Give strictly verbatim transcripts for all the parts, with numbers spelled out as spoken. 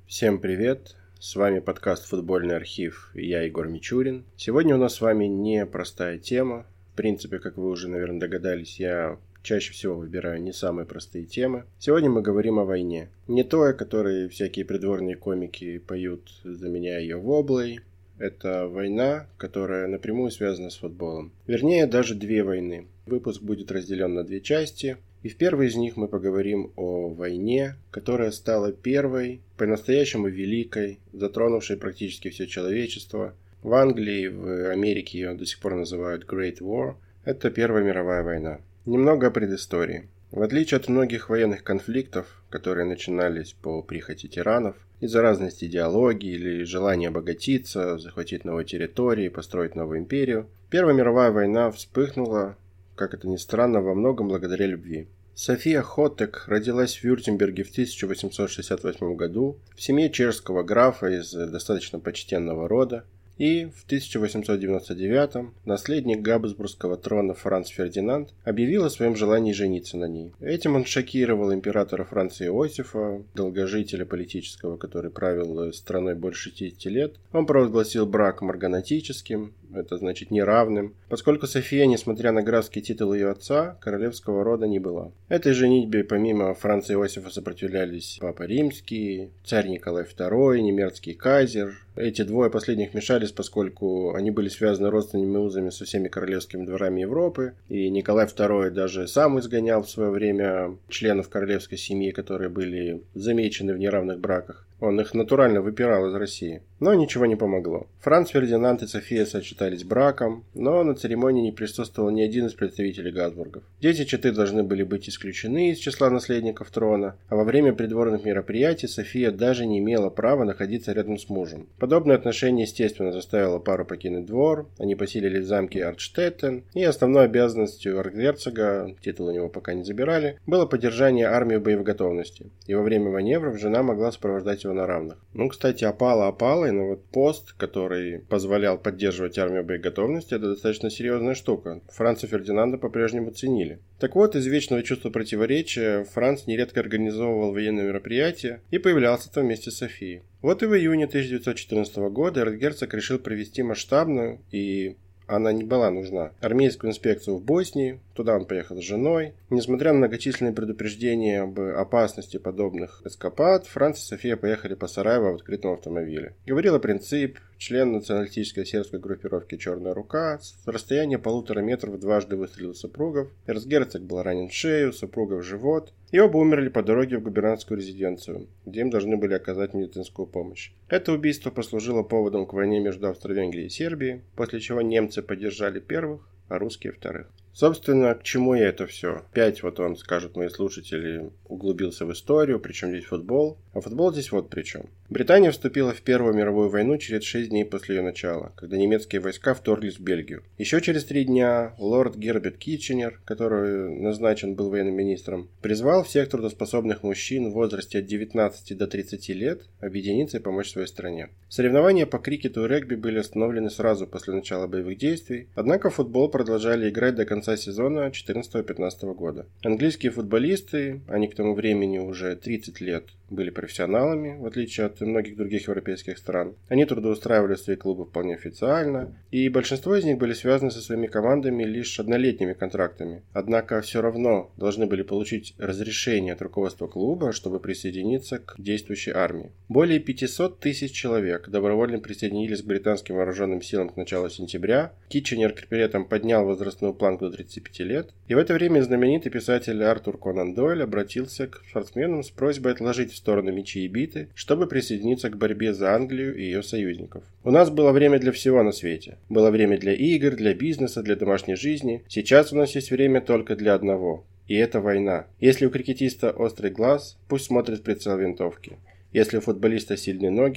Всем привет! С вами подкаст «Футбольный архив» и я, Егор Мичурин. Сегодня у нас с вами непростая тема. В принципе, как вы уже, наверное, догадались, я чаще всего выбираю не самые простые темы. Сегодня мы говорим о войне. Не той, о которой всякие придворные комики поют, заменяя ее воблой. Это война, которая напрямую связана с футболом. Вернее, даже две войны. Выпуск будет разделен на две части. И в первой из них мы поговорим о войне, которая стала первой, по-настоящему великой, затронувшей практически все человечество. В Англии, в Америке ее до сих пор называют Great War. Это Первая мировая война. Немного о предыстории. В отличие от многих военных конфликтов, которые начинались по прихоти тиранов, из-за разности идеологии или желания обогатиться, захватить новые территории, построить новую империю, Первая мировая война вспыхнула, как это ни странно, во многом благодаря любви. София Хоттек родилась в Вюртемберге в тысяча восемьсот шестьдесят восьмом году в семье чешского графа из достаточно почтенного рода, и в тысяча восемьсот девяносто девятом наследник Габсбургского трона Франц Фердинанд объявил о своем желании жениться на ней. Этим он шокировал императора Франца Иосифа, долгожителя политического, который правил страной больше шестидесяти лет. Он провозгласил брак марганатическим, это значит неравным, поскольку София, несмотря на графский титул ее отца, королевского рода не была. Этой женитьбе помимо Франца Иосифа сопротивлялись Папа Римский, царь Николай второй, немецкий кайзер. Эти двое последних мешались, поскольку они были связаны родственными узами со всеми королевскими дворами Европы, и Николай второй даже сам изгонял в свое время членов королевской семьи, которые были замечены в неравных браках. Он их натурально выпирал из России. Но ничего не помогло. Франц Фердинанд и София сочетались браком, но на церемонии не присутствовал ни один из представителей Габсбургов. Дети четы должны были быть исключены из числа наследников трона, а во время придворных мероприятий София даже не имела права находиться рядом с мужем. Подобное отношение, естественно, заставило пару покинуть двор, они поселились в замке Артштеттен, и основной обязанностью архгерцога, титул у него пока не забирали, было поддержание армии в боеготовности, и во время маневров жена могла сопровождать его на равных. Ну, кстати, опала опалой, но вот пост, который позволял поддерживать армию боеготовности, это достаточно серьезная штука. Франца Фердинанда по-прежнему ценили. Так вот, из вечного чувства противоречия Франц нередко организовывал военные мероприятия и появлялся там вместе с Софией. Вот и в июне тысяча девятьсот четырнадцатого года эрцгерцог решил провести масштабную и она не была нужна. армейскую инспекцию в Боснии, туда он поехал с женой. Несмотря на многочисленные предупреждения об опасности подобных эскапад, Франц и София поехали по Сараево в открытом автомобиле. Говорила принцип, член националистической сербской группировки «Черная рука», с расстояния полутора метров дважды выстрелил супругов. Эрцгерцог был ранен в шею, супруга в живот. И оба умерли по дороге в губернаторскую резиденцию, где им должны были оказать медицинскую помощь. Это убийство послужило поводом к войне между Австро-Венгрией и Сербией, после чего немцы поддержали первых, а русские вторых. Собственно, к чему я это все? Опять вот вам скажут мои слушатели, углубился в историю, причем здесь футбол. А футбол здесь вот при чем. Британия вступила в Первую мировую войну через шесть дней после ее начала, когда немецкие войска вторглись в Бельгию. Еще через три дня лорд Герберт Китченер, который назначен был военным министром, призвал всех трудоспособных мужчин в возрасте от девятнадцати до тридцати лет объединиться и помочь своей стране. Соревнования по крикету и регби были остановлены сразу после начала боевых действий, однако в футбол продолжали играть до конца сезона четырнадцатого-пятнадцатого года. Английские футболисты, они к тому времени уже тридцать лет были профессионалами, в отличие от многих других европейских стран. Они трудоустраивали свои клубы вполне официально, и большинство из них были связаны со своими командами лишь однолетними контрактами. Однако все равно должны были получить разрешение от руководства клуба, чтобы присоединиться к действующей армии. Более пятисот тысяч человек добровольно присоединились к британским вооруженным силам к началу сентября. Китченер при этом поднял возрастную планку до тридцати пяти лет. И в это время знаменитый писатель Артур Конан Дойль обратился к спортсменам с просьбой отложить в сторону мечи и биты, чтобы присоединиться к борьбе за Англию и ее союзников. У нас было время для всего на свете. Было время для игр, для бизнеса, для домашней жизни. Сейчас у нас есть время только для одного. И это война. Если у крикетиста острый глаз, пусть смотрит в прицел винтовки. Если у футболиста сильные ноги,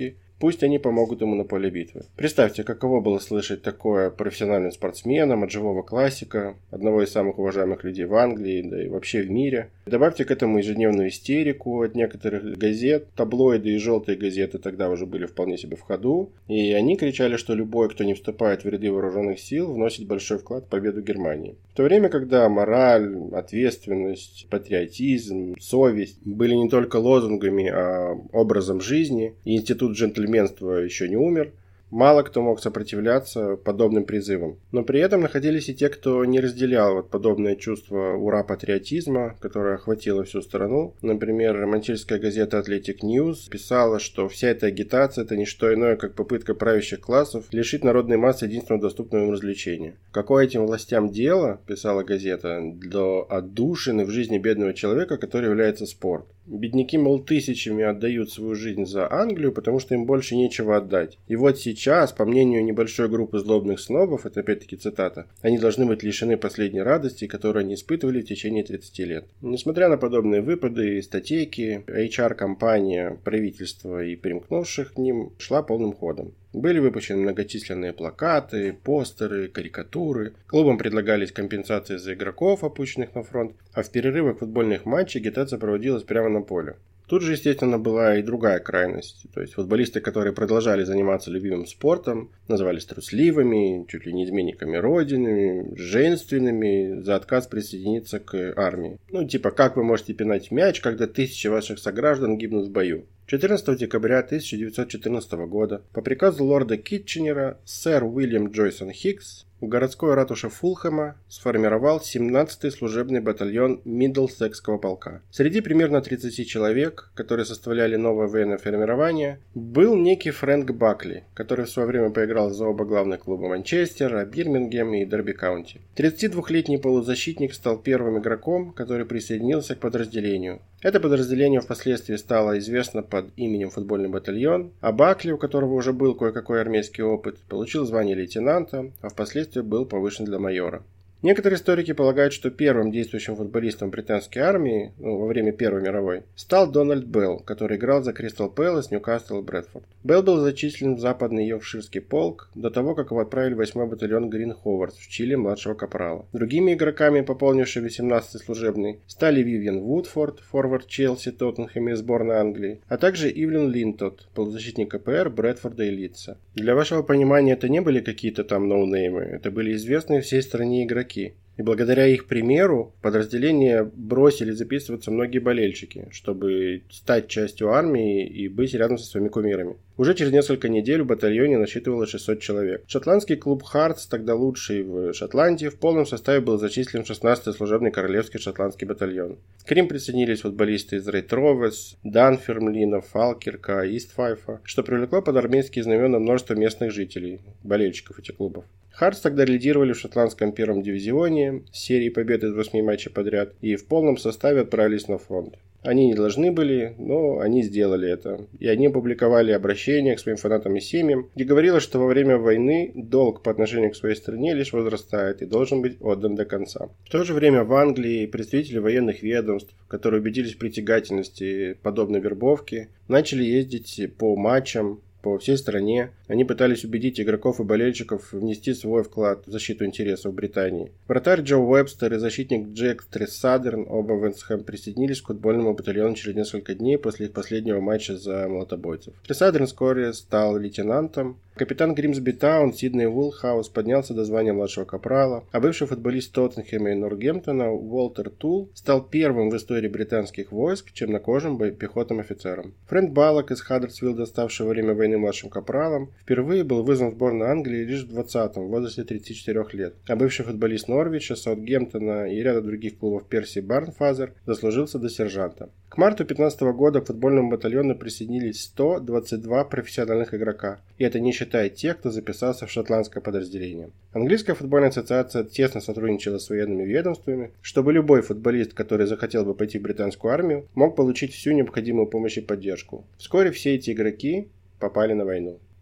Пусть они помогут ему на поле битвы. Представьте, каково было слышать такое профессиональным спортсменам от живого классика, одного из самых уважаемых людей в Англии, да и вообще в мире. Добавьте к этому ежедневную истерику от некоторых газет, таблоиды и желтые газеты тогда уже были вполне себе в ходу, и они кричали, что любой, кто не вступает в ряды вооруженных сил, вносит большой вклад в победу Германии. В то время, когда мораль, ответственность, патриотизм, совесть были не только лозунгами, а образом жизни, и институт джентльменства еще не умер, мало кто мог сопротивляться подобным призывам. Но при этом находились и те, кто не разделял вот подобное чувство ура-патриотизма, которое охватило всю страну. Например, манчестерская газета Athletic News писала, что вся эта агитация – это не что иное, как попытка правящих классов лишить народной массы единственного доступного им развлечения. Какое этим властям дело, писала газета, до отдушины в жизни бедного человека, который является спорт. Бедняки, мол, тысячами отдают свою жизнь за Англию, потому что им больше нечего отдать. И вот сейчас, по мнению небольшой группы злобных снобов, это опять-таки цитата, они должны быть лишены последней радости, которую они испытывали в течение тридцати лет. Несмотря на подобные выпады и статейки, эйч ар-компания правительства и примкнувших к ним шла полным ходом. Были выпущены многочисленные плакаты, постеры, карикатуры. Клубам предлагались компенсации за игроков, опущенных на фронт, а в перерывах футбольных матчей агитация проводилась прямо на поле. Тут же, естественно, была и другая крайность. То есть футболисты, которые продолжали заниматься любимым спортом, назывались трусливыми, чуть ли не изменниками родины, женственными за отказ присоединиться к армии. Ну, типа, как вы можете пинать мяч, когда тысячи ваших сограждан гибнут в бою? четырнадцатого декабря тысяча девятьсот четырнадцатого года по приказу лорда Китченера сэр Уильям Джойсон Хиггс в городской ратуше Фулхэма сформировал семнадцатый служебный батальон Миддлсекского полка. Среди примерно тридцати человек, которые составляли новое военное формирование, был некий Фрэнк Бакли, который в свое время поиграл за оба главных клуба Манчестера, Бирмингем и Дерби-Каунти. тридцатидвухлетний полузащитник стал первым игроком, который присоединился к подразделению. Это подразделение впоследствии стало известно под именем футбольный батальон, а Бакли, у которого уже был кое-какой армейский опыт, получил звание лейтенанта, а впоследствии был повышен до майора. Некоторые историки полагают, что первым действующим футболистом британской армии ну, во время Первой мировой стал Дональд Белл, который играл за Кристал Пэлас, Ньюкасл и Брэдфорд. Белл был зачислен в западный Йоркширский полк до того, как его отправили в восьмой батальон Грин Ховардс в чине младшего капрала. Другими игроками, пополнившими семнадцатый служебный, стали Вивьен Вудфорд, форвард Челси, Тоттенхэма и сборной Англии, а также Ивлин Линтот, полузащитник ка пэ эр, Брэдфорда и Лидса. Для вашего понимания, это не были какие-то там ноунеймы, это были известные всей стране игроки. И благодаря их примеру в подразделение бросили записываться многие болельщики, чтобы стать частью армии и быть рядом со своими кумирами. Уже через несколько недель в батальоне насчитывалось шестьсот человек. Шотландский клуб Хартс, тогда лучший в Шотландии, в полном составе был зачислен в шестнадцатый служебный королевский шотландский батальон. К ним присоединились футболисты из Рейтровес, Данфермлина, Фалкирка, Истфайфа, что привлекло под армейские знамена множество местных жителей, болельщиков этих клубов. Хартс тогда лидировали в шотландском первом дивизионе с серией побед из восьми матчей подряд и в полном составе отправились на фронт. Они не должны были, но они сделали это. И они опубликовали обращение к своим фанатам и семьям, где говорилось, что во время войны долг по отношению к своей стране лишь возрастает и должен быть отдан до конца. В то же время в Англии представители военных ведомств, которые убедились в притягательности подобной вербовки, начали ездить по матчам по всей стране. Они пытались убедить игроков и болельщиков внести свой вклад в защиту интересов Британии. Вратарь Джо Уэбстер и защитник Джек Трессадерн, оба в Вестхэм, присоединились к футбольному батальону через несколько дней после их последнего матча за молотобойцев. Трессадерн вскоре стал лейтенантом. Капитан Гримсби Таун Сидней Уилхаус поднялся до звания младшего капрала, а бывший футболист Тоттенхэма и Нортгемптона Уолтер Тул стал первым в истории британских войск чернокожим пехотным офицером. Фрэнк Баллок из Хаддерсфилда, ставший во время войны младшим капралом, впервые был вызван в сборную Англии лишь в двадцатом, в возрасте тридцати четырёх лет, а бывший футболист Норвича, Саутгемптона и ряда других клубов Перси Барнфазер дослужился до сержанта. К марту пятнадцатого года к футбольному батальону присоединились сто двадцать два профессиональных игрока, и это не считая тех, кто записался в шотландское подразделение. Английская футбольная ассоциация тесно сотрудничала с военными ведомствами, чтобы любой футболист, который захотел бы пойти в британскую армию, мог получить всю необходимую помощь и поддержку. Вскоре все эти игроки попали на войну.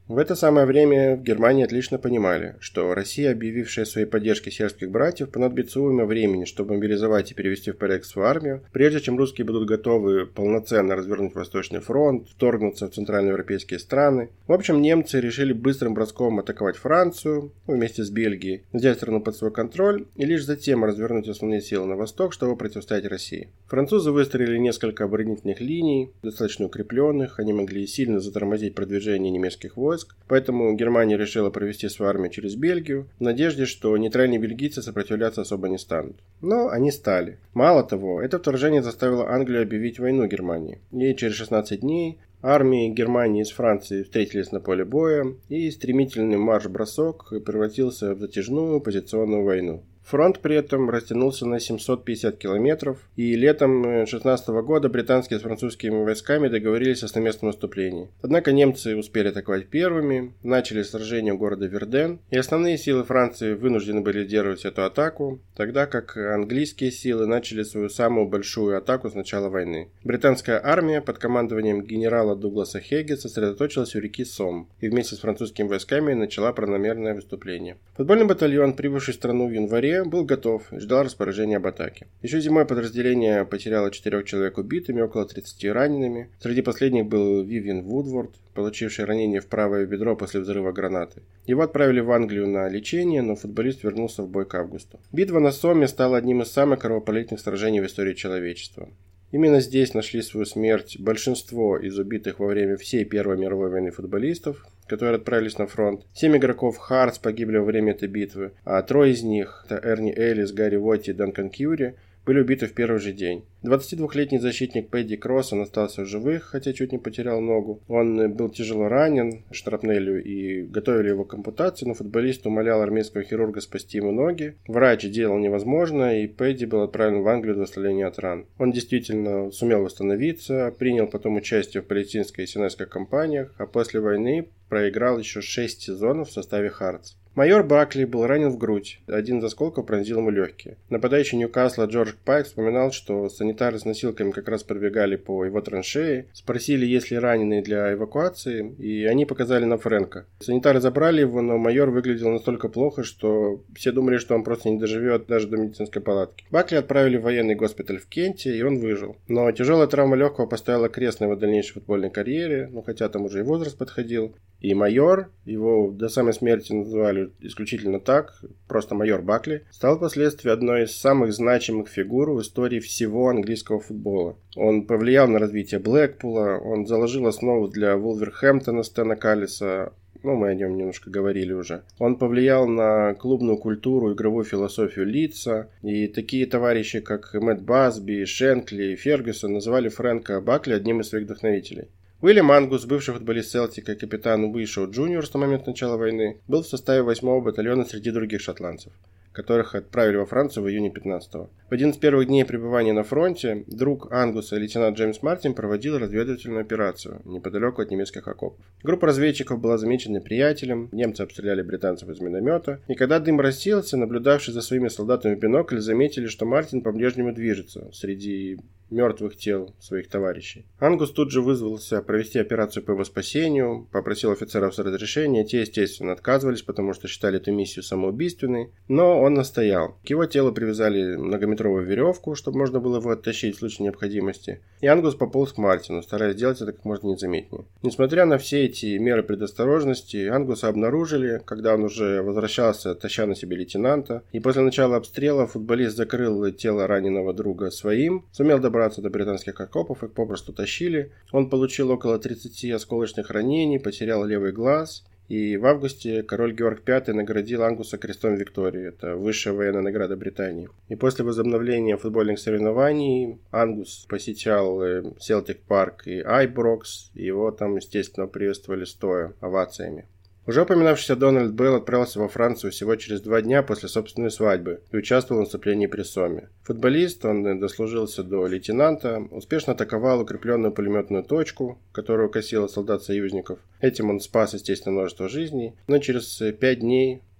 В это самое время в Германии отлично понимали, что Россия, объявившая о своей поддержке сербских братьев, понадобится уйма времени, чтобы мобилизовать и перевести в порядок свою армию, прежде чем русские будут готовы полноценно развернуть Восточный фронт, вторгнуться в центральноевропейские страны. В общем, немцы решили быстрым броском атаковать Францию вместе с Бельгией, взять страну под свой контроль и лишь затем развернуть основные силы на восток, чтобы противостоять России. Французы выстроили несколько оборонительных линий, достаточно укрепленных, они могли сильно затормозить продвижение немецких войск. Поэтому Германия решила провести свою армию через Бельгию в надежде, что нейтральные бельгийцы сопротивляться особо не станут. Но они стали. Мало того, это вторжение заставило Англию объявить войну Германии. И через шестнадцать дней армии Германии с Францией встретились на поле боя, и стремительный марш-бросок превратился в затяжную позиционную войну. Фронт при этом растянулся на семьсот пятьдесят километров, и летом две тысячи шестнадцатого года британские с французскими войсками договорились о совместном наступлении. Однако немцы успели атаковать первыми, начали сражение у города Верден, и основные силы Франции вынуждены были сдерживать эту атаку, тогда как английские силы начали свою самую большую атаку с начала войны. Британская армия под командованием генерала Дугласа Хеги сосредоточилась у реки Сом и вместе с французскими войсками начала планомерное выступление. Футбольный батальон, прибывший в страну в январе, был готов и ждал распоряжения об атаке. Еще зимой подразделение потеряло четырех человек убитыми, около тридцати ранеными. Среди последних был Вивиан Вудворд, получивший ранение в правое бедро после взрыва гранаты. Его отправили в Англию на лечение, но футболист вернулся в бой к августу. Битва на Соме стала одним из самых кровопролитных сражений в истории человечества. Именно здесь нашли свою смерть большинство из убитых во время всей Первой мировой войны футболистов, которые отправились на фронт. Семь игроков Хартс погибли во время этой битвы, а трое из них, это Эрни Эллис, Гарри Вотти и Данкан Кьюри, были убиты в первый же день. двадцатидвухлетний защитник Пэдди Кросс, он остался в живых, хотя чуть не потерял ногу. Он был тяжело ранен шрапнелью и готовили его к ампутации, но футболист умолял армейского хирурга спасти ему ноги. Врач делал невозможное, и Пэдди был отправлен в Англию для исцеления от ран. Он действительно сумел восстановиться, принял потом участие в палестинской и синайской кампаниях, а после войны проиграл еще шесть сезонов в составе Хартс. Майор Бакли был ранен в грудь, один из осколков пронзил ему легкие. Нападающий Ньюкасла Джордж Пайк вспоминал, что санитары с носилками как раз пробегали по его траншеи, спросили, есть ли раненые для эвакуации, и они показали на Фрэнка. Санитары забрали его, но майор выглядел настолько плохо, что все думали, что он просто не доживет даже до медицинской палатки. Бакли отправили в военный госпиталь в Кенте, и он выжил. Но тяжелая травма легкого поставила крест на его дальнейшей футбольной карьере, ну хотя там уже и возраст подходил. И майор, его до самой смерти называли исключительно так, просто майор Бакли, стал впоследствии одной из самых значимых фигур в истории всего английского футбола. Он повлиял на развитие Блэкпула, он заложил основу для Вулверхэмптона Стэна Каллиса, ну, мы о нем немножко говорили уже. Он повлиял на клубную культуру, игровую философию Лидса, и такие товарищи, как Мэтт Басби, Шенкли и Фергюсон, называли Фрэнка Бакли одним из своих вдохновителей. Уильям Ангус, бывший футболист Селтика и капитан Уишоу Джуниорс на момент начала войны, был в составе восьмого батальона среди других шотландцев, которых отправили во Францию в июне пятнадцатого. В один из первых дней пребывания на фронте друг Ангуса, лейтенант Джеймс Мартин, проводил разведывательную операцию неподалеку от немецких окопов. Группа разведчиков была замечена приятелем, немцы обстреляли британцев из миномета, и когда дым рассеялся, наблюдавшие за своими солдатами в бинокль заметили, что Мартин по-прежнему движется среди мертвых тел своих товарищей. Ангус тут же вызвался провести операцию по его спасению, попросил офицеров разрешения, те, естественно, отказывались, потому что считали эту миссию самоубийственной, но он настоял. К его телу привязали многометровую веревку, чтобы можно было его оттащить в случае необходимости, и Ангус пополз к Мартину, стараясь сделать это как можно незаметнее. Несмотря на все эти меры предосторожности, Ангуса обнаружили, когда он уже возвращался, таща на себе лейтенанта, и после начала обстрела футболист закрыл тело раненого друга своим, сумел добраться до британских окопов, их попросту тащили. Он получил около тридцати осколочных ранений, потерял левый глаз. И в августе король Георг Пятый наградил Ангуса крестом Виктории. Это высшая военная награда Британии. И после возобновления футбольных соревнований Ангус посещал Селтик Парк и Айброкс. И его там, естественно, приветствовали стоя овациями. Уже упоминавшийся Дональд Белл отправился во Францию всего через два дня после собственной свадьбы и участвовал в наступлении при Соме. Футболист, он дослужился до лейтенанта, успешно атаковал укрепленную пулеметную точку, которую косило солдат-союзников. Этим он спас, естественно, множество жизней, но через пять дней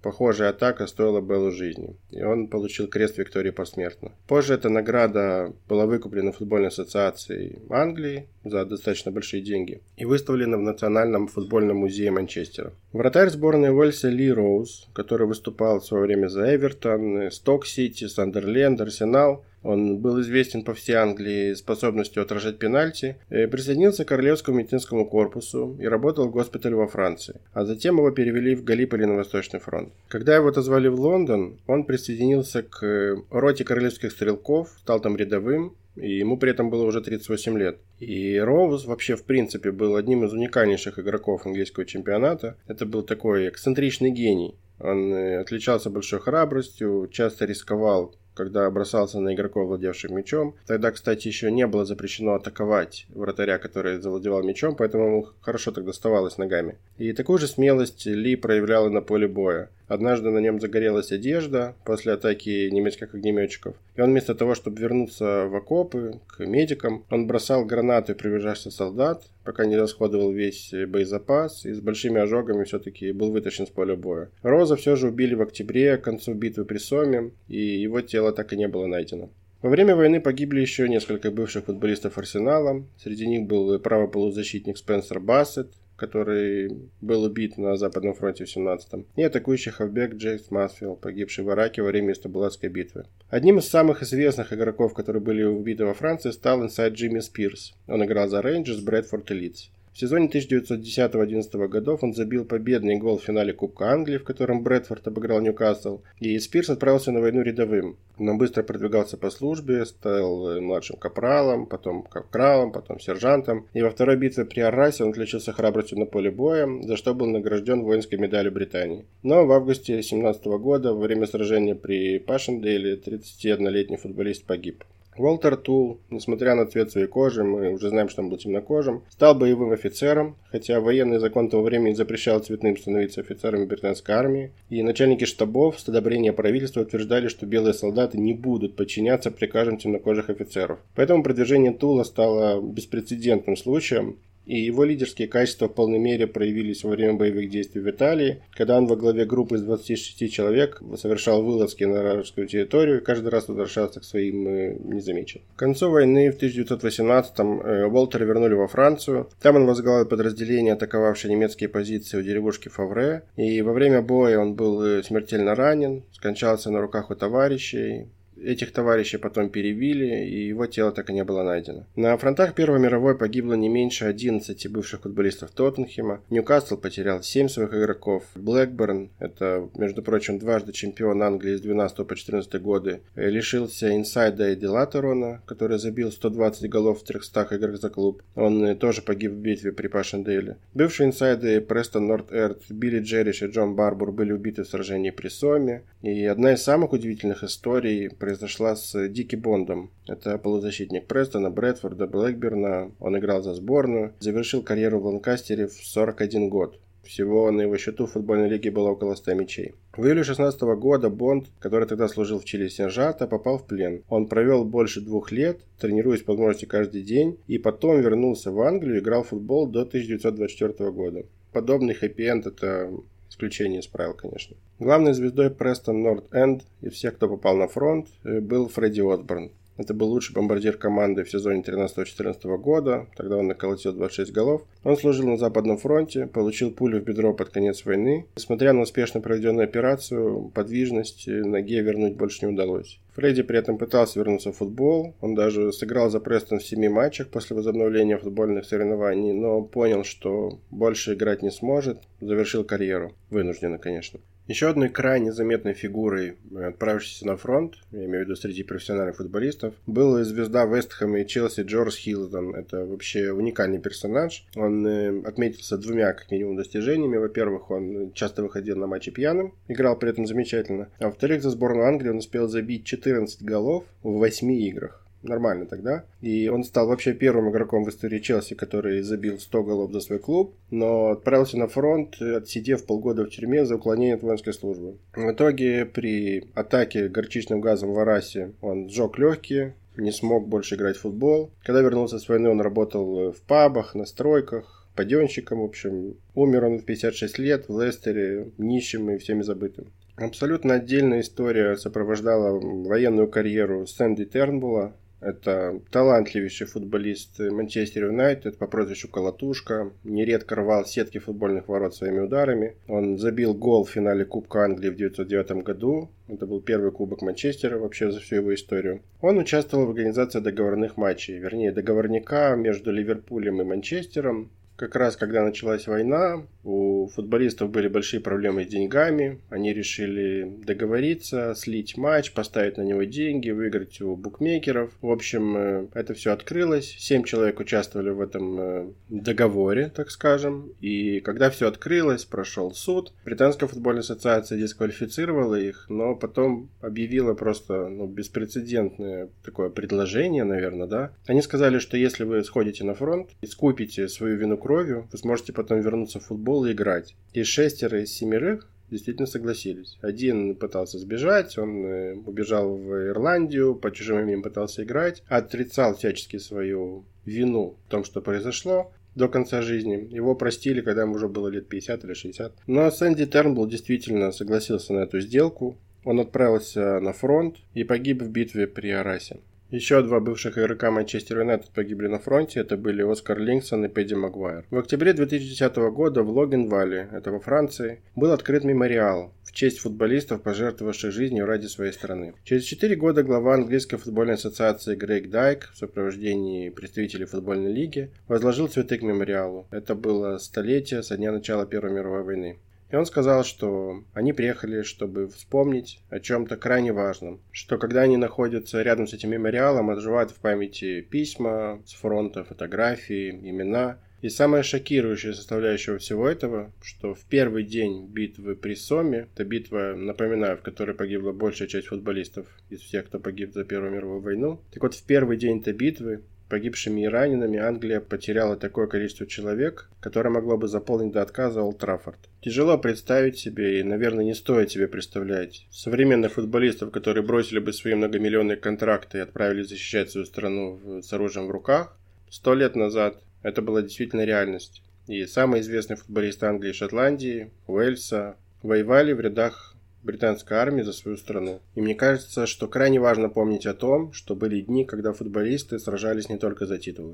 Похожая атака стоила Беллу жизни, и он получил крест Виктории посмертно. Позже эта награда была выкуплена футбольной ассоциацией Англии за достаточно большие деньги и выставлена в Национальном футбольном музее Манчестера. Вратарь сборной Уэльса Ли Роуз, который выступал в свое время за Эвертон, Сток-Сити, Сандерленд, Арсенал, он был известен по всей Англии способностью отражать пенальти, присоединился к Королевскому медицинскому корпусу и работал в госпитале во Франции, а затем его перевели в Галиполи на Восточный фронт. Когда его отозвали в Лондон, он присоединился к роте королевских стрелков, стал там рядовым, и ему при этом было уже тридцать восемь лет. И Роуз вообще в принципе был одним из уникальнейших игроков английского чемпионата. Это был такой эксцентричный гений. Он отличался большой храбростью, часто рисковал, когда бросался на игроков, владевших мячом. Тогда, кстати, еще не было запрещено атаковать вратаря, который завладевал мячом, поэтому ему хорошо так доставалось ногами. И такую же смелость Ли проявлял и на поле боя. Однажды на нем загорелась одежда после атаки немецких огнеметчиков. И он вместо того, чтобы вернуться в окопы, к медикам, он бросал гранаты в приближавшихся солдат, пока не расходовал весь боезапас, и с большими ожогами все-таки был вытащен с поля боя. Роза все же убили в октябре, к концу битвы при Соме, и его тело так и не было найдено. Во время войны погибли еще несколько бывших футболистов Арсенала. Среди них был правый полузащитник Спенсер Бассет, который был убит на Западном фронте в семнадцатом, и атакующий хавбек Джеймс Масфилд, погибший в Ираке во время Истабулатской битвы. Одним из самых известных игроков, которые были убиты во Франции, стал инсайд Джимми Спирс. Он играл за Рейнджерс, Брэдфорд и Лидс. В сезоне тысяча девятьсот десятого-одиннадцатого годов он забил победный гол в финале Кубка Англии, в котором Брэдфорд обыграл Ньюкасл, и Спирс отправился на войну рядовым. Но быстро продвигался по службе, стал младшим капралом, потом капралом, потом сержантом, и во второй битве при Аррасе он отличился храбростью на поле боя, за что был награжден воинской медалью Британии. Но в августе семнадцатого года, во время сражения при Пашендейле, тридцатиоднолетний футболист погиб. Уолтер Тул, несмотря на цвет своей кожи, мы уже знаем, что он был темнокожим, стал боевым офицером, хотя военный закон того времени запрещал цветным становиться офицерами британской армии, и начальники штабов с одобрения правительства утверждали, что белые солдаты не будут подчиняться приказам темнокожих офицеров. Поэтому продвижение Тула стало беспрецедентным случаем, и его лидерские качества в полной мере проявились во время боевых действий в Италии, когда он во главе группы из двадцати шести человек совершал вылазки на вражескую территорию и каждый раз возвращался к своим незамеченным. К концу войны в тысяча девятьсот восемнадцатом Уолтера вернули во Францию. Там он возглавил подразделение, атаковавшее немецкие позиции у деревушки Фавре, и во время боя он был смертельно ранен, скончался на руках у товарищей. Этих товарищей потом перебили, и его тело так и не было найдено. На фронтах Первой мировой погибло не меньше одиннадцати бывших футболистов Тоттенхэма. Ньюкасл потерял семь своих игроков. Блэкберн, это, между прочим, дважды чемпион Англии с двенадцатого по четырнадцатый годы, лишился инсайда Эдди Латерона, который забил сто двадцать голов в трехстах играх за клуб. Он тоже погиб в битве при Пашендейле. Бывшие инсайды Престон Норт-Эрт, Билли Джерриш и Джон Барбур были убиты в сражении при Соме. И одна из самых удивительных историй произошла с Дики Бондом. Это полузащитник Престона, Брэдфорда, Блэкберна. Он играл за сборную. Завершил карьеру в Ланкастере в сорок один год. Всего на его счету в футбольной лиге было около ста мячей. В июле шестнадцатого года Бонд, который тогда служил в Чили сержанта, попал в плен. Он провел больше двух лет, тренируясь по возможности каждый день, и потом вернулся в Англию и играл в футбол до тысяча девятьсот двадцать четвёртого года. Подобный хэппи-энд – это исключение из правил, конечно. Главной звездой Престон Норт-Энд и всех, кто попал на фронт, был Фредди Осборн. Это был лучший бомбардир команды в сезоне тринадцатого-четырнадцатого года, тогда он наколотил двадцать шесть голов. Он служил на Западном фронте, получил пулю в бедро под конец войны. Несмотря на успешно проведенную операцию, подвижность ноге вернуть больше не удалось. Фредди при этом пытался вернуться в футбол, он даже сыграл за Престон в семи матчах после возобновления футбольных соревнований, но понял, что больше играть не сможет, завершил карьеру. Вынужденно, конечно. Еще одной крайне заметной фигурой, отправившейся на фронт, я имею в виду среди профессиональных футболистов, был звезда Вест Хэма и Челси Джордж Хилтон. Это вообще уникальный персонаж. Он отметился двумя, как минимум, достижениями. Во-первых, он часто выходил на матчи пьяным, играл при этом замечательно. А во-вторых, за сборную Англии он успел забить четырнадцать голов в восьми играх. Нормально тогда. И он стал вообще первым игроком в истории Челси, который забил сто голов за свой клуб, но отправился на фронт, отсидев полгода в тюрьме за уклонение от воинской службы. В итоге при атаке горчичным газом в Арасе он сжег легкие, не смог больше играть в футбол. Когда вернулся с войны, он работал в пабах, на стройках. паденщиком, в общем. Умер он в пятьдесят шесть лет в Лестере, нищим и всеми забытым. Абсолютно отдельная история сопровождала военную карьеру Сэнди Тернбулла. Это талантливейший футболист Манчестер Юнайтед по прозвищу Колотушка. Нередко рвал сетки футбольных ворот своими ударами. Он забил гол в финале Кубка Англии в девятьсот девятом году. Это был первый кубок Манчестера вообще за всю его историю. Он участвовал в организации договорных матчей. Вернее, договорника между Ливерпулем и Манчестером. Как раз когда началась война, у футболистов были большие проблемы с деньгами. Они решили договориться, слить матч, поставить на него деньги, выиграть у букмекеров. В общем, это все открылось. Семь человек участвовали в этом договоре, так скажем. И когда все открылось, прошел суд. Британская футбольная ассоциация дисквалифицировала их, но потом объявила просто ну, беспрецедентное такое предложение, наверное, да. Они сказали, что если вы сходите на фронт, искупите свою вину кровью, вы сможете потом вернуться в футбол и играть. И шестеро из семерых действительно согласились. Один пытался сбежать, он убежал в Ирландию, по чужим именем пытался играть, отрицал всячески свою вину в том, что произошло до конца жизни. Его простили, когда ему уже было лет пятьдесят или шестьдесят. Но Сэнди Тернбулл действительно согласился на эту сделку. Он отправился на фронт и погиб в битве при Арасе. Еще два бывших игрока Манчестер Юнайтед погибли на фронте. Это были Оскар Лингсон и Пэдди Магуайр. В октябре две тысячи десятого года в Логин-Валли, это во Франции, был открыт мемориал в честь футболистов, пожертвовавших жизнью ради своей страны. Через четыре года глава английской футбольной ассоциации Грег Дайк в сопровождении представителей футбольной лиги возложил цветы к мемориалу. Это было столетие со дня начала Первой мировой войны. И он сказал, что они приехали, чтобы вспомнить о чем-то крайне важном. Что когда они находятся рядом с этим мемориалом, отживают в памяти письма с фронта, фотографии, имена. И самая шокирующая составляющая всего этого, что в первый день битвы при Соме, это битва, напоминаю, в которой погибла большая часть футболистов из всех, кто погиб за Первую мировую войну. Так вот, в первый день этой битвы погибшими и ранеными Англия потеряла такое количество человек, которое могло бы заполнить до отказа Олд Траффорд. Тяжело представить себе, и, наверное, не стоит себе представлять современных футболистов, которые бросили бы свои многомиллионные контракты и отправились защищать свою страну с оружием в руках. Сто лет назад это была действительно реальность. И самые известные футболисты Англии и Шотландии, Уэльса воевали в рядах британской армии за свою страну. И мне кажется, что крайне важно помнить о том, что были дни, когда футболисты сражались не только за титулы.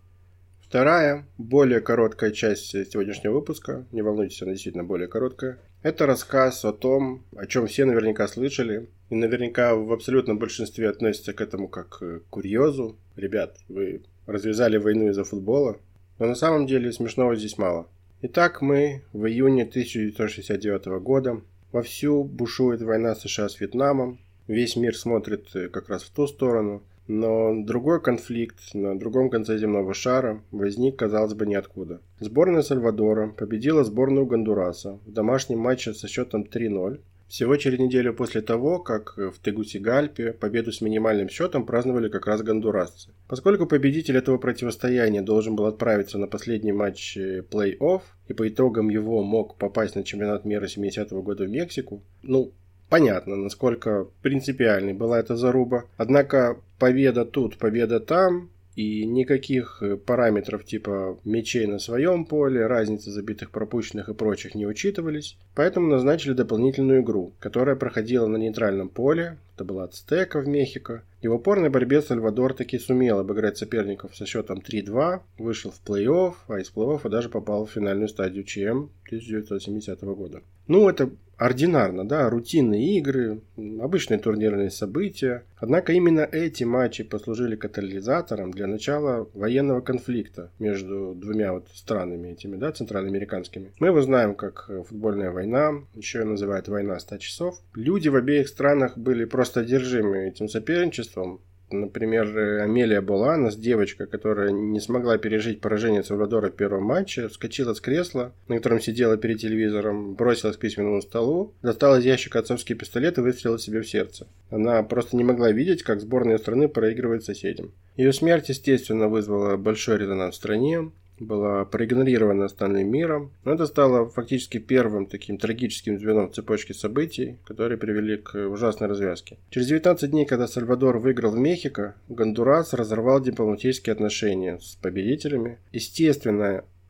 Вторая, более короткая часть сегодняшнего выпуска, не волнуйтесь, она действительно более короткая, это рассказ о том, о чем все наверняка слышали, и наверняка в абсолютном большинстве относятся к этому как к курьезу. Ребят, вы развязали войну из-за футбола, но на самом деле смешного здесь мало. Итак, мы в июне тысяча девятьсот шестьдесят девятого года. Вовсю бушует война США с Вьетнамом. Весь мир смотрит как раз в ту сторону. Но другой конфликт на другом конце земного шара возник, казалось бы, ниоткуда. Сборная Сальвадора победила сборную Гондураса в домашнем матче со счетом три ноль. Всего через неделю после того, как в Тегусигальпе победу с минимальным счетом праздновали как раз гондурасцы. Поскольку победитель этого противостояния должен был отправиться на последний матч плей-офф, и по итогам его мог попасть на чемпионат мира семидесятого года в Мексику, ну, понятно, насколько принципиальной была эта заруба. Однако победа тут, победа там, и никаких параметров типа мячей на своем поле, разницы забитых, пропущенных и прочих не учитывались. Поэтому назначили дополнительную игру, которая проходила на нейтральном поле. Это была Ацтека в Мехико. И в упорной борьбе Сальвадор таки сумел обыграть соперников со счетом три два, вышел в плей-офф, а из плей-оффа даже попал в финальную стадию ЧМ тысяча девятьсот семидесятого года. Ну, это ординарно, да, рутинные игры, обычные турнирные события. Однако именно эти матчи послужили катализатором для начала военного конфликта между двумя вот странами этими, да, центральноамериканскими. Мы его знаем как футбольная война, еще ее называют война ста часов. Люди в обеих странах были просто одержимы этим соперничеством. Например, Амелия Боланос, девочка, которая не смогла пережить поражение Сальвадора в первом матче, вскочила с кресла, на котором сидела перед телевизором, бросилась к письменному столу, достала из ящика отцовский пистолет и выстрелила себе в сердце. Она просто не могла видеть, как сборная страны проигрывает соседям. Ее смерть, естественно, вызвала большой резонанс в стране, была проигнорирована остальным миром, но это стало фактически первым таким трагическим звеном в цепочке событий, которые привели к ужасной развязке. Через девятнадцать дней, когда Сальвадор выиграл в Мехико, Гондурас разорвал дипломатические отношения с победителями. Естественно,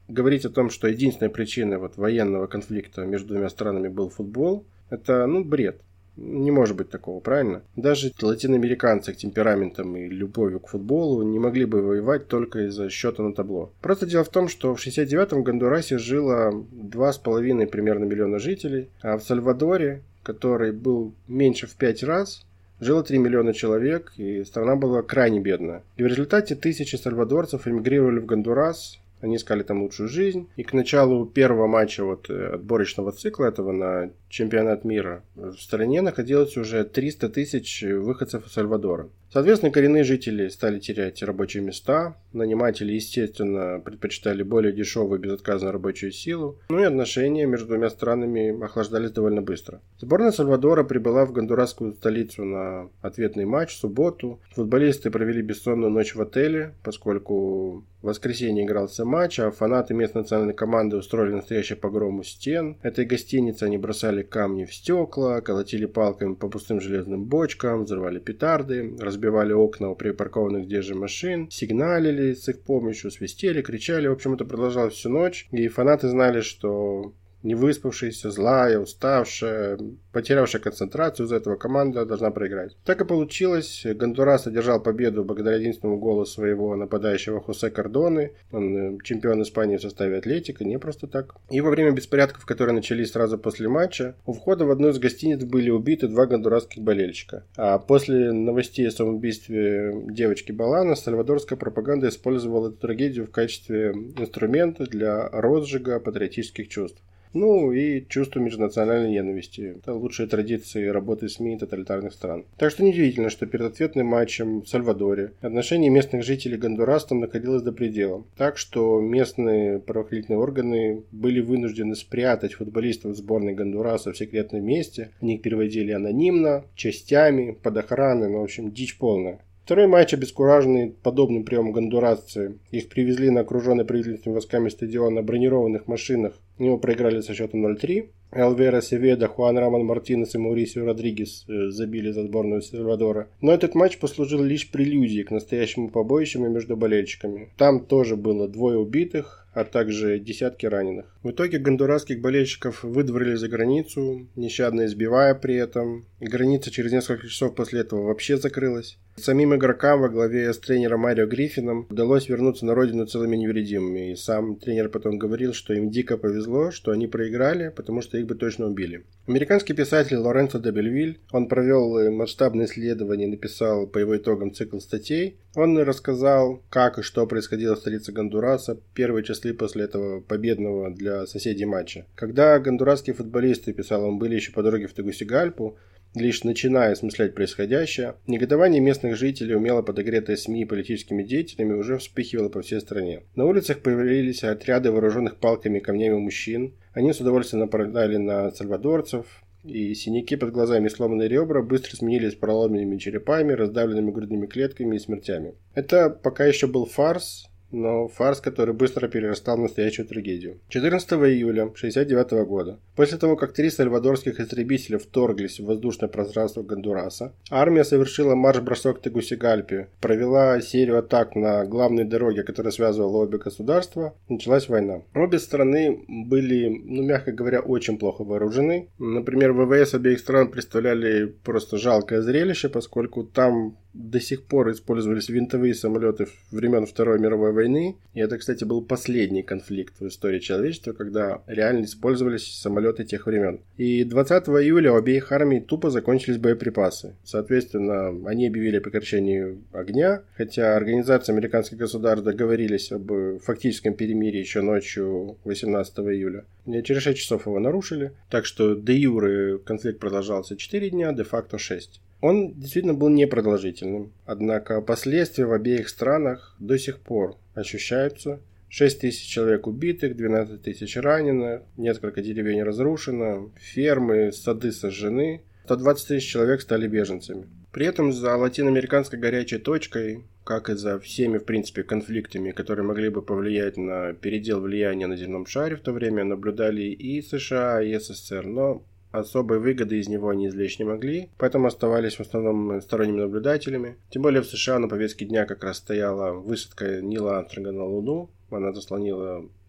говорить о том, что единственной причиной вот военного конфликта между двумя странами был футбол, это, ну, бред. Не может быть такого, правильно? Даже латиноамериканцы к темпераментам и любовью к футболу не могли бы воевать только из-за счета на табло. Просто дело в том, что в шестьдесят девятом в Гондурасе жило два с половиной примерно миллиона жителей, а в Сальвадоре, который был меньше в пять раз, жило три миллиона человек, и страна была крайне бедная. И в результате тысячи сальвадорцев эмигрировали в Гондурас. Они искали там лучшую жизнь. И к началу первого матча вот, отборочного цикла этого на чемпионат мира в стране находилось уже триста тысяч выходцев из Сальвадора. Соответственно, коренные жители стали терять рабочие места. Наниматели, естественно, предпочитали более дешевую безотказную рабочую силу. Ну и отношения между двумя странами охлаждались довольно быстро. Сборная Сальвадора прибыла в гондурасскую столицу на ответный матч в субботу. Футболисты провели бессонную ночь в отеле, поскольку в воскресенье игрался матч, а фанаты местной национальной команды устроили настоящий погром у стен этой гостиницы. Они бросали камни в стекла, колотили палками по пустым железным бочкам, взрывали петарды, разбивали окна у припаркованных здесь же машин, сигналили с их помощью, свистели, кричали. В общем, это продолжалось всю ночь. И фанаты знали, что невыспавшаяся, злая, уставшая, потерявшая концентрацию из-за этого команда должна проиграть. Так и получилось. Гондурас одержал победу благодаря единственному голу своего нападающего Хосе Кардоны. Он чемпион Испании в составе Атлетико, не просто так. И во время беспорядков, которые начались сразу после матча, у входа в одну из гостиниц были убиты два гондурасских болельщика. А после новостей о самоубийстве девочки Балана, сальвадорская пропаганда использовала эту трагедию в качестве инструмента для розжига патриотических чувств. Ну и чувство межнациональной ненависти. Это лучшие традиции работы СМИ тоталитарных стран. Так что неудивительно, что перед ответным матчем в Сальвадоре отношение местных жителей Гондураса там находилось до предела. Так что местные правоохранительные органы были вынуждены спрятать футболистов сборной Гондураса в секретном месте. Они их переводили анонимно, частями, под охраной, ну в общем дичь полная. Второй матч, обескураженный подобным приемом гондурасцы, их привезли на окруженный правительственными войсками стадион на бронированных машинах. Его проиграли со счетом ноль три. Элвера Севеда, Хуан Рамон Мартинес и Маурисио Родригес забили за сборную Сальвадора. Но этот матч послужил лишь прелюдией к настоящему побоищам между болельщиками. Там тоже было двое убитых, а также десятки раненых. В итоге гондурасских болельщиков выдворили за границу, нещадно избивая при этом. И граница через несколько часов после этого вообще закрылась. Самим игрокам во главе с тренером Марио Гриффином удалось вернуться на родину целыми и невредимыми. И сам тренер потом говорил, что им дико повезло, что они проиграли, потому что их бы точно убили. Американский писатель Лоренцо де Бельвиль, он провел масштабное исследование и написал по его итогам цикл статей. Он рассказал, как и что происходило в столице Гондураса первые часы после этого победного для соседей матча. Когда гондурасские футболисты, писал он, были еще по дороге в Тегусигальпу, лишь начиная осмыслять происходящее, негодование местных жителей, умело подогретое СМИ и политическими деятелями, уже вспыхивало по всей стране. На улицах появились отряды вооруженных палками и камнями мужчин. Они с удовольствием нападали на сальвадорцев, и синяки под глазами и сломанные ребра быстро сменились проломленными черепами, раздавленными грудными клетками и смертями. Это пока еще был фарс, но фарс, который быстро перерастал в настоящую трагедию. четырнадцатого июля шестьдесят девятого года, после того, как три сальвадорских истребителя вторглись в воздушное пространство Гондураса, армия совершила марш-бросок к Тегусигальпе, провела серию атак на главной дороге, которая связывала обе государства, началась война. Обе страны были, ну мягко говоря, очень плохо вооружены. Например, ВВС обеих стран представляли просто жалкое зрелище, поскольку там до сих пор использовались винтовые самолеты времен Второй мировой войны. И это, кстати, был последний конфликт в истории человечества, когда реально использовались самолеты тех времен. И двадцатого июля у обеих армий тупо закончились боеприпасы. Соответственно, они объявили о прекращении огня, хотя организации американских государств договорились об фактическом перемирии еще ночью восемнадцатого июля. И через шесть часов его нарушили, так что де юре конфликт продолжался четыре дня, де-факто шесть. Он действительно был непродолжительным, однако последствия в обеих странах до сих пор ощущаются. шесть тысяч человек убитых, двенадцать тысяч раненых, несколько деревень разрушено, фермы, сады сожжены, сто двадцать тысяч человек стали беженцами. При этом за латиноамериканской горячей точкой, как и за всеми, в принципе, конфликтами, которые могли бы повлиять на передел влияния на земном шаре в то время, наблюдали и США, и СССР, но особой выгоды из него они извлечь не могли, поэтому оставались в основном сторонними наблюдателями. Тем более в США на повестке дня как раз стояла высадка Нила Армстронга на Луну. Она заслонила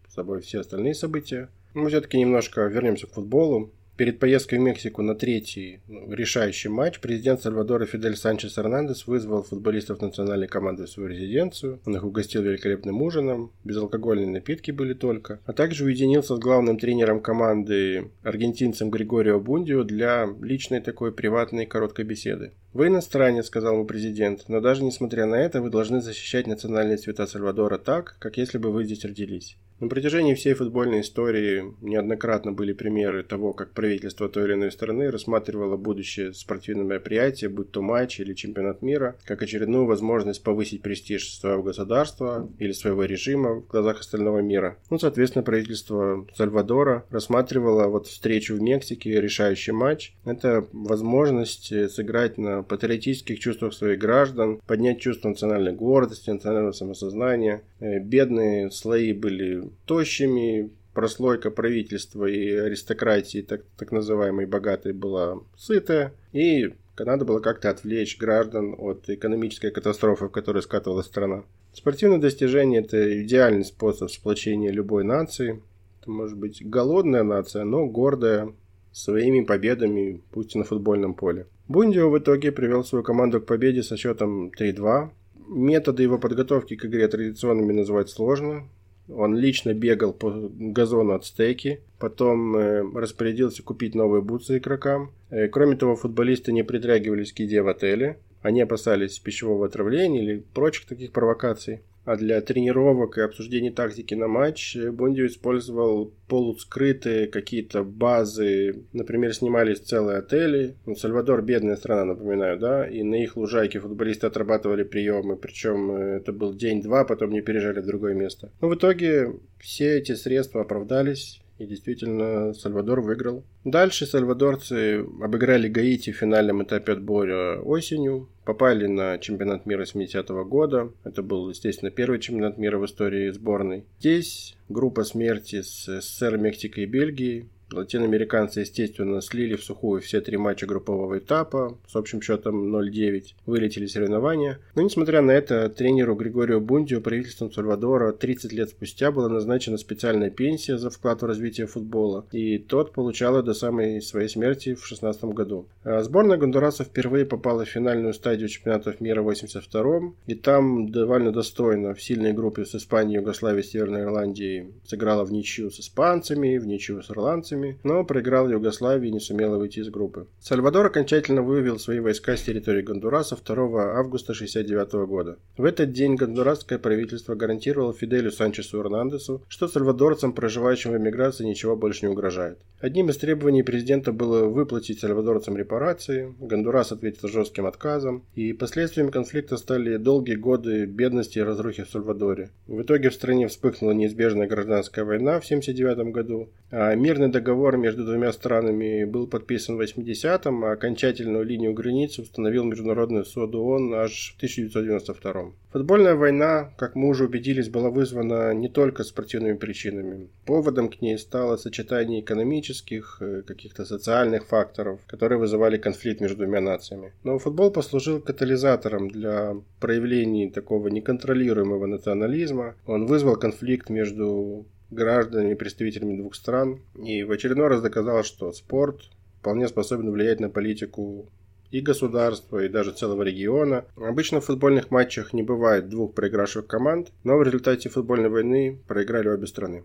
собой все остальные события. Мы все-таки немножко вернемся к футболу. Перед поездкой в Мексику на третий ну, решающий матч президент Сальвадора Фидель Санчес Эрнандес вызвал футболистов национальной команды в свою резиденцию. Он их угостил великолепным ужином, безалкогольные напитки были только, а также уединился с главным тренером команды аргентинцем Григорио Бундио для личной такой приватной короткой беседы. «Вы иностранец», — сказал ему президент, — «но даже несмотря на это вы должны защищать национальные цвета Сальвадора так, как если бы вы здесь родились». На протяжении всей футбольной истории неоднократно были примеры того, как правительство той или иной страны рассматривало будущее спортивное мероприятие, будь то матч или чемпионат мира, как очередную возможность повысить престиж своего государства или своего режима в глазах остального мира. Ну, соответственно, правительство Сальвадора рассматривало вот встречу в Мексике, решающий матч. Это возможность сыграть на патриотических чувствах своих граждан, поднять чувство национальной гордости, национального самосознания. Бедные слои были тощими, прослойка правительства и аристократии, так, так называемой богатой, была сытая, и надо было как-то отвлечь граждан от экономической катастрофы, в которой скатывалась страна. Спортивное достижение – это идеальный способ сплочения любой нации. Это может быть голодная нация, но гордая своими победами, пусть и на футбольном поле. Бундио в итоге привел свою команду к победе со счетом три-два. Методы его подготовки к игре традиционными назвать сложно. Он лично бегал по газону от стейки, потом э, распорядился купить новые бутсы игрокам. Э, кроме того, футболисты не притрагивались к еде в отеле. Они опасались пищевого отравления или прочих таких провокаций. А для тренировок и обсуждений тактики на матч Бундио использовал полускрытые какие-то базы. Например, снимались целые отели. Ну, Сальвадор бедная страна, напоминаю, да? И на их лужайке футболисты отрабатывали приемы. Причем это был день-два, потом не переезжали в другое место. Но в итоге все эти средства оправдались. И действительно, Сальвадор выиграл. Дальше сальвадорцы обыграли Гаити в финальном этапе отбора осенью. Попали на чемпионат мира семидесятого года. Это был, естественно, первый чемпионат мира в истории сборной. Здесь группа смерти с СССР, Мексикой и Бельгией. Латиноамериканцы, естественно, слили в сухую все три матча группового этапа с общим счетом ноль-девять, вылетели соревнования. Но, несмотря на это, тренеру Григорио Бундио правительством Сальвадора тридцать лет спустя была назначена специальная пенсия за вклад в развитие футбола, и тот получал ее до самой своей смерти в шестнадцатом году. А сборная Гондураса впервые попала в финальную стадию чемпионатов мира в восемьдесят втором, и там довольно достойно в сильной группе с Испанией, Югославией, Северной Ирландией сыграла в ничью с испанцами, в ничью с ирландцами, но проиграл Югославии и не сумела выйти из группы. Сальвадор окончательно вывел свои войска с территории Гондураса второго августа шестьдесят девятого года. В этот день гондурасское правительство гарантировало Фиделю Санчесу Эрнандесу, что сальвадорцам, проживающим в эмиграции, ничего больше не угрожает. Одним из требований президента было выплатить сальвадорцам репарации. Гондурас ответил жестким отказом, и последствиями конфликта стали долгие годы бедности и разрухи в Сальвадоре. В итоге в стране вспыхнула неизбежная гражданская война в семьдесят девятом году, а мирный договор Договор между двумя странами был подписан в восьмидесятом, а окончательную линию границы установил Международный суд ООН аж в тысяча девятьсот девяносто втором. Футбольная война, как мы уже убедились, была вызвана не только спортивными причинами. Поводом к ней стало сочетание экономических, каких-то социальных факторов, которые вызывали конфликт между двумя нациями. Но футбол послужил катализатором для проявлений такого неконтролируемого национализма. Он вызвал конфликт между гражданами и представителями двух стран, и в очередной раз доказал, что спорт вполне способен влиять на политику и государства, и даже целого региона. Обычно в футбольных матчах не бывает двух проигравших команд, но в результате футбольной войны проиграли обе страны.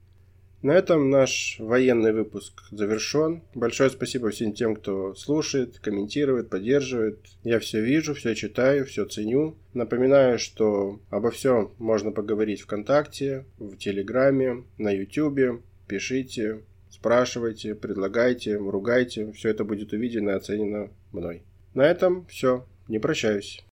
На этом наш военный выпуск завершен. Большое спасибо всем тем, кто слушает, комментирует, поддерживает. Я все вижу, все читаю, все ценю. Напоминаю, что обо всем можно поговорить ВКонтакте, в Телеграме, на Ютубе. Пишите, спрашивайте, предлагайте, ругайте. Все это будет увидено и оценено мной. На этом все. Не прощаюсь.